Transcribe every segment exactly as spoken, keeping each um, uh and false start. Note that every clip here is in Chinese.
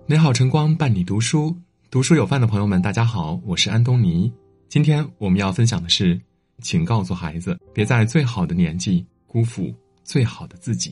美好晨光伴你读书，读书有范的朋友们大家好，我是安东尼。今天我们要分享的是，请告诉孩子，别在最好的年纪辜负最好的自己。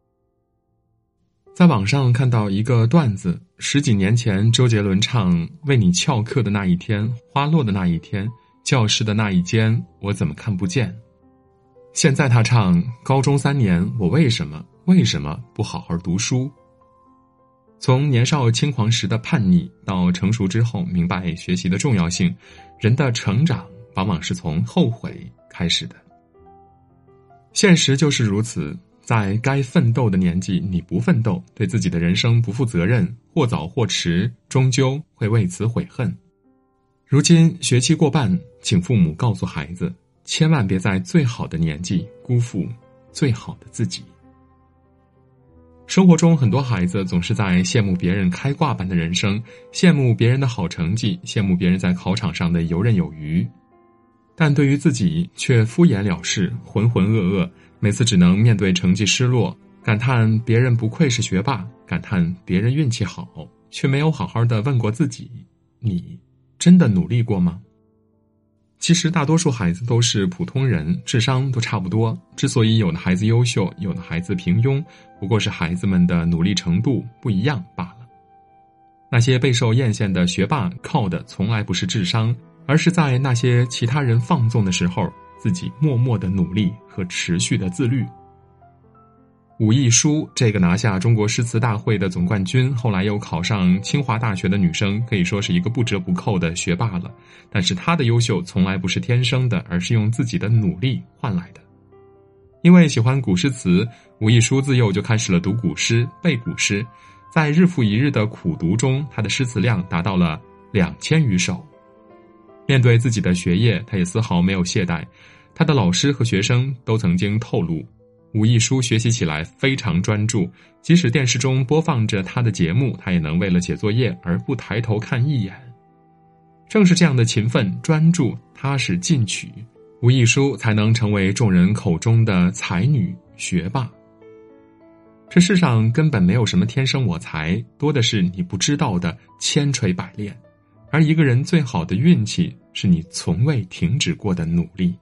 在网上看到一个段子，十几年前周杰伦唱为你翘课的那一天，花落的那一天，教室的那一间，我怎么看不见。现在他唱高中三年，我为什么为什么不好好读书。从年少轻狂时的叛逆到成熟之后明白学习的重要性，人的成长往往是从后悔开始的。现实就是如此，在该奋斗的年纪你不奋斗，对自己的人生不负责任，或早或迟，终究会为此悔恨。如今学期过半，请父母告诉孩子，千万别在最好的年纪辜负最好的自己。生活中很多孩子总是在羡慕别人开挂般的人生，羡慕别人的好成绩，羡慕别人在考场上的游刃有余，但对于自己却敷衍了事，浑浑噩噩，每次只能面对成绩失落，感叹别人不愧是学霸，感叹别人运气好，却没有好好的问过自己，你真的努力过吗？其实大多数孩子都是普通人，智商都差不多，之所以有的孩子优秀，有的孩子平庸，不过是孩子们的努力程度不一样罢了。那些备受艳羡的学霸，靠的从来不是智商，而是在那些其他人放纵的时候，自己默默的努力和持续的自律。武亦姝这个拿下中国诗词大会的总冠军，后来又考上清华大学的女生，可以说是一个不折不扣的学霸了。但是她的优秀从来不是天生的，而是用自己的努力换来的。因为喜欢古诗词，武亦姝自幼就开始了读古诗、背古诗，在日复一日的苦读中，她的诗词量达到了两千余首。面对自己的学业，她也丝毫没有懈怠。她的老师和学生都曾经透露，武亦姝学习起来非常专注，即使电视中播放着她的节目，她也能为了写作业而不抬头看一眼。正是这样的勤奋、专注、踏实进取，武亦姝才能成为众人口中的才女、学霸。这世上根本没有什么天生我材，多的是你不知道的千锤百炼。而一个人最好的运气，是你从未停止过的努力。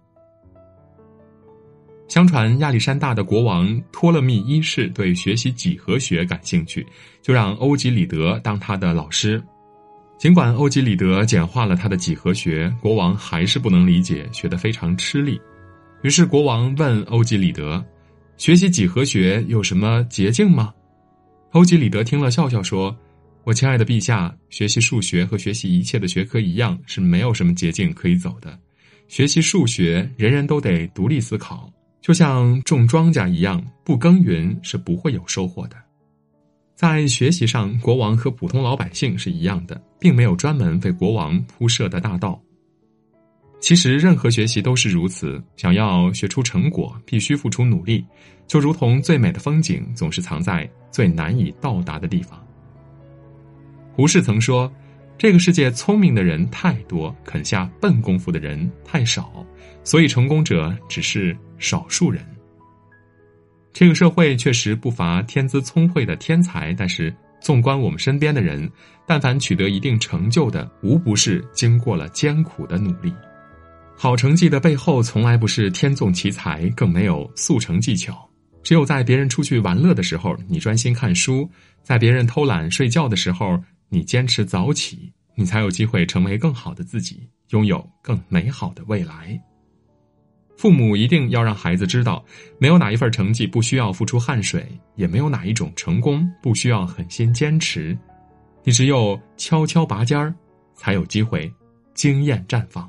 相传亚历山大的国王托勒密一世对学习几何学感兴趣，就让欧几里得当他的老师。尽管欧几里得简化了他的几何学，国王还是不能理解，学得非常吃力。于是国王问欧几里得，学习几何学有什么捷径吗？欧几里得听了笑笑说，我亲爱的陛下，学习数学和学习一切的学科一样，是没有什么捷径可以走的。学习数学，人人都得独立思考，就像种庄稼一样，不耕耘是不会有收获的。在学习上，国王和普通老百姓是一样的，并没有专门为国王铺设的大道。其实任何学习都是如此，想要学出成果，必须付出努力，就如同最美的风景总是藏在最难以到达的地方。胡适曾说，这个世界聪明的人太多，肯下笨功夫的人太少，所以成功者只是少数人。这个社会确实不乏天资聪慧的天才，但是纵观我们身边的人，但凡取得一定成就的，无不是经过了艰苦的努力。好成绩的背后从来不是天纵奇才，更没有速成技巧。只有在别人出去玩乐的时候，你专心看书；在别人偷懒睡觉的时候，你坚持早起，你才有机会成为更好的自己，拥有更美好的未来。父母一定要让孩子知道，没有哪一份成绩不需要付出汗水，也没有哪一种成功不需要狠心坚持。你只有悄悄拔尖儿，才有机会惊艳绽放。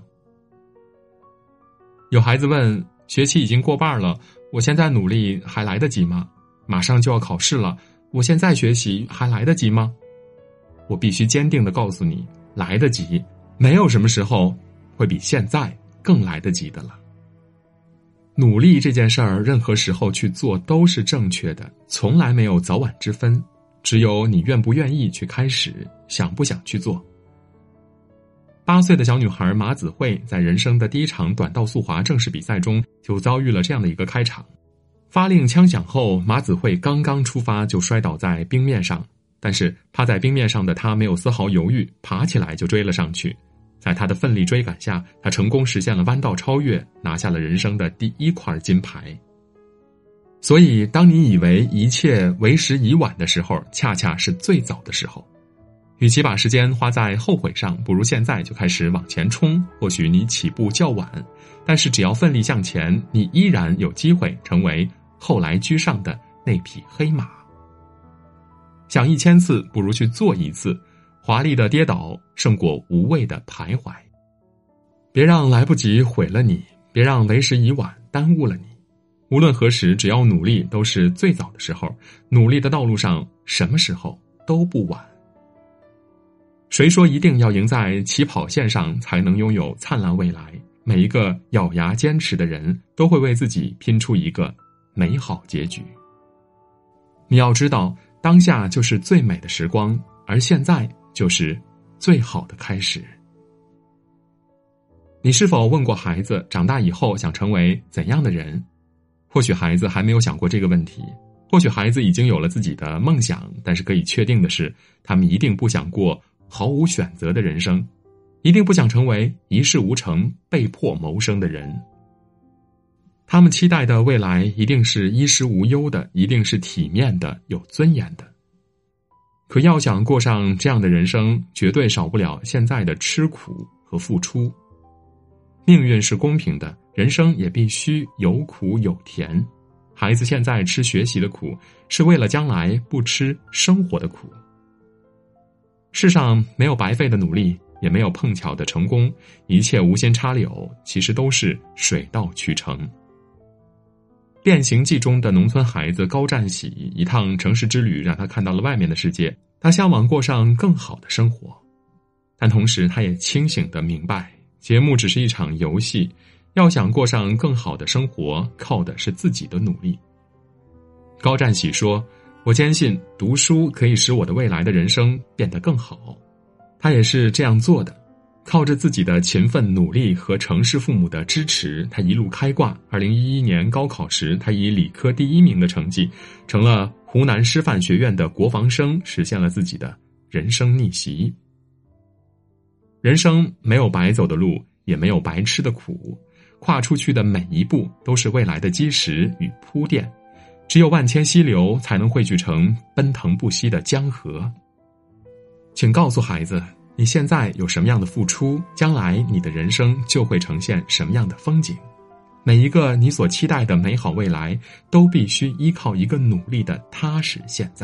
有孩子问，学期已经过半了，我现在努力还来得及吗？马上就要考试了，我现在学习还来得及吗？我必须坚定地告诉你，来得及，没有什么时候会比现在更来得及的了。努力这件事儿，任何时候去做都是正确的，从来没有早晚之分，只有你愿不愿意去开始，想不想去做。八岁的小女孩马子慧在人生的第一场短道速滑正式比赛中，就遭遇了这样的一个开场。发令枪响后，马子慧刚刚出发就摔倒在冰面上， 但是趴在冰面上的他没有丝毫犹豫，爬起来就追了上去。在他的奋力追赶下，他成功实现了弯道超越，拿下了人生的第一块金牌。所以当你以为一切为时已晚的时候，恰恰是最早的时候。与其把时间花在后悔上，不如现在就开始往前冲。或许你起步较晚，但是只要奋力向前，你依然有机会成为后来居上的那匹黑马。想一千次，不如去做一次。华丽的跌倒胜过无谓的徘徊。别让来不及毁了你，别让为时已晚耽误了你。无论何时，只要努力，都是最早的时候。努力的道路上，什么时候都不晚。谁说一定要赢在起跑线上才能拥有灿烂未来？每一个咬牙坚持的人都会为自己拼出一个美好结局。你要知道，当下就是最美的时光，而现在就是最好的开始。你是否问过孩子，长大以后想成为怎样的人？或许孩子还没有想过这个问题，或许孩子已经有了自己的梦想，但是可以确定的是，他们一定不想过毫无选择的人生，一定不想成为一事无成、被迫谋生的人。他们期待的未来一定是衣食无忧的，一定是体面的、有尊严的。可要想过上这样的人生，绝对少不了现在的吃苦和付出。命运是公平的，人生也必须有苦有甜。孩子现在吃学习的苦，是为了将来不吃生活的苦。世上没有白费的努力，也没有碰巧的成功，一切无心插柳，其实都是水到渠成。《变形记》中的农村孩子高占喜，一趟城市之旅让他看到了外面的世界，他向往过上更好的生活。但同时他也清醒地明白，节目只是一场游戏，要想过上更好的生活，靠的是自己的努力。高占喜说，我坚信读书可以使我的未来的人生变得更好。他也是这样做的，靠着自己的勤奋努力和城市父母的支持，他一路开挂。二零一一年高考时，他以理科第一名的成绩，成了湖南师范学院的国防生，实现了自己的人生逆袭。人生没有白走的路，也没有白吃的苦，跨出去的每一步都是未来的基石与铺垫。只有万千溪流才能汇聚成奔腾不息的江河。请告诉孩子，你现在有什么样的付出，将来你的人生就会呈现什么样的风景。每一个你所期待的美好未来，都必须依靠一个努力的踏实现在。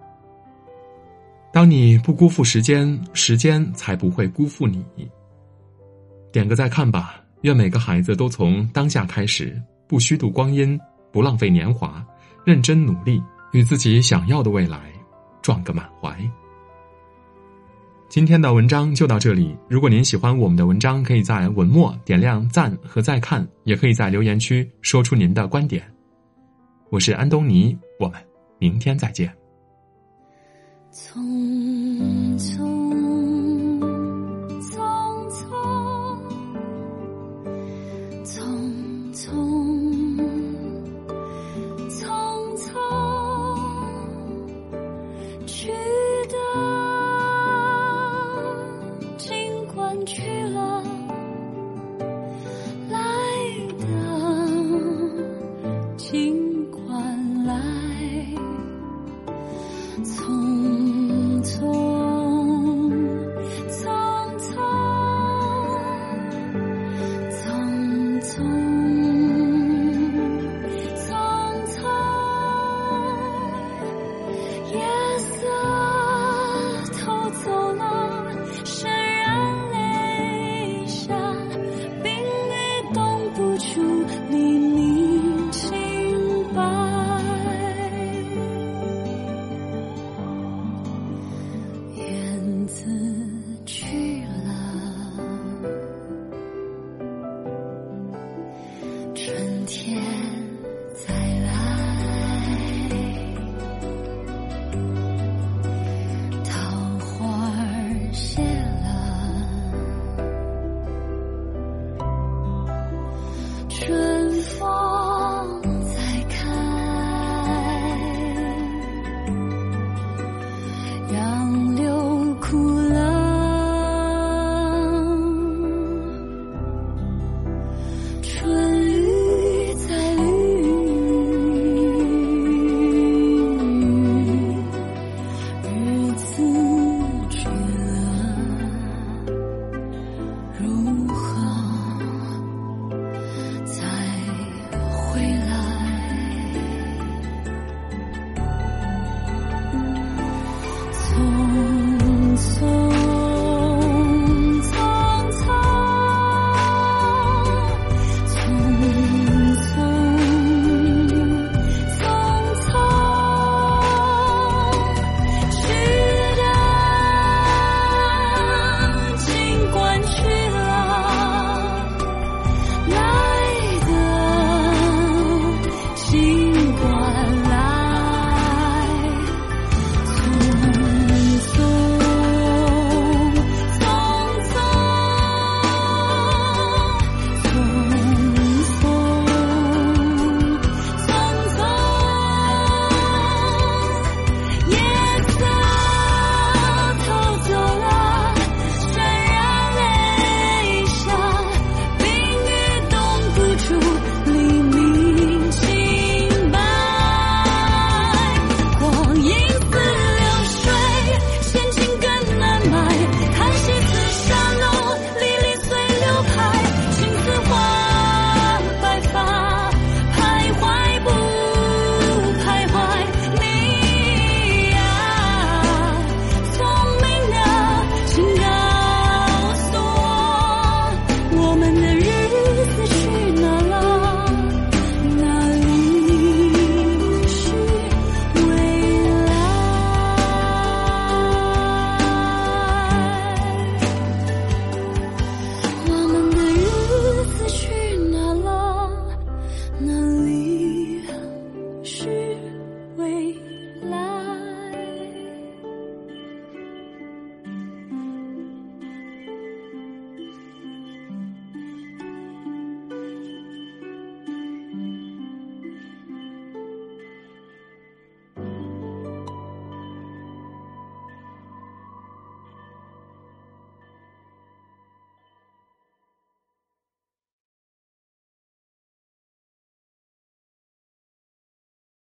当你不辜负时间，时间才不会辜负你。点个再看吧，愿每个孩子都从当下开始，不虚度光阴，不浪费年华，认真努力，与自己想要的未来撞个满怀。今天的文章就到这里，如果您喜欢我们的文章，可以在文末点亮赞和再看，也可以在留言区说出您的观点。我是安东尼，我们明天再见。 匆匆匆匆匆匆匆匆去的尽管去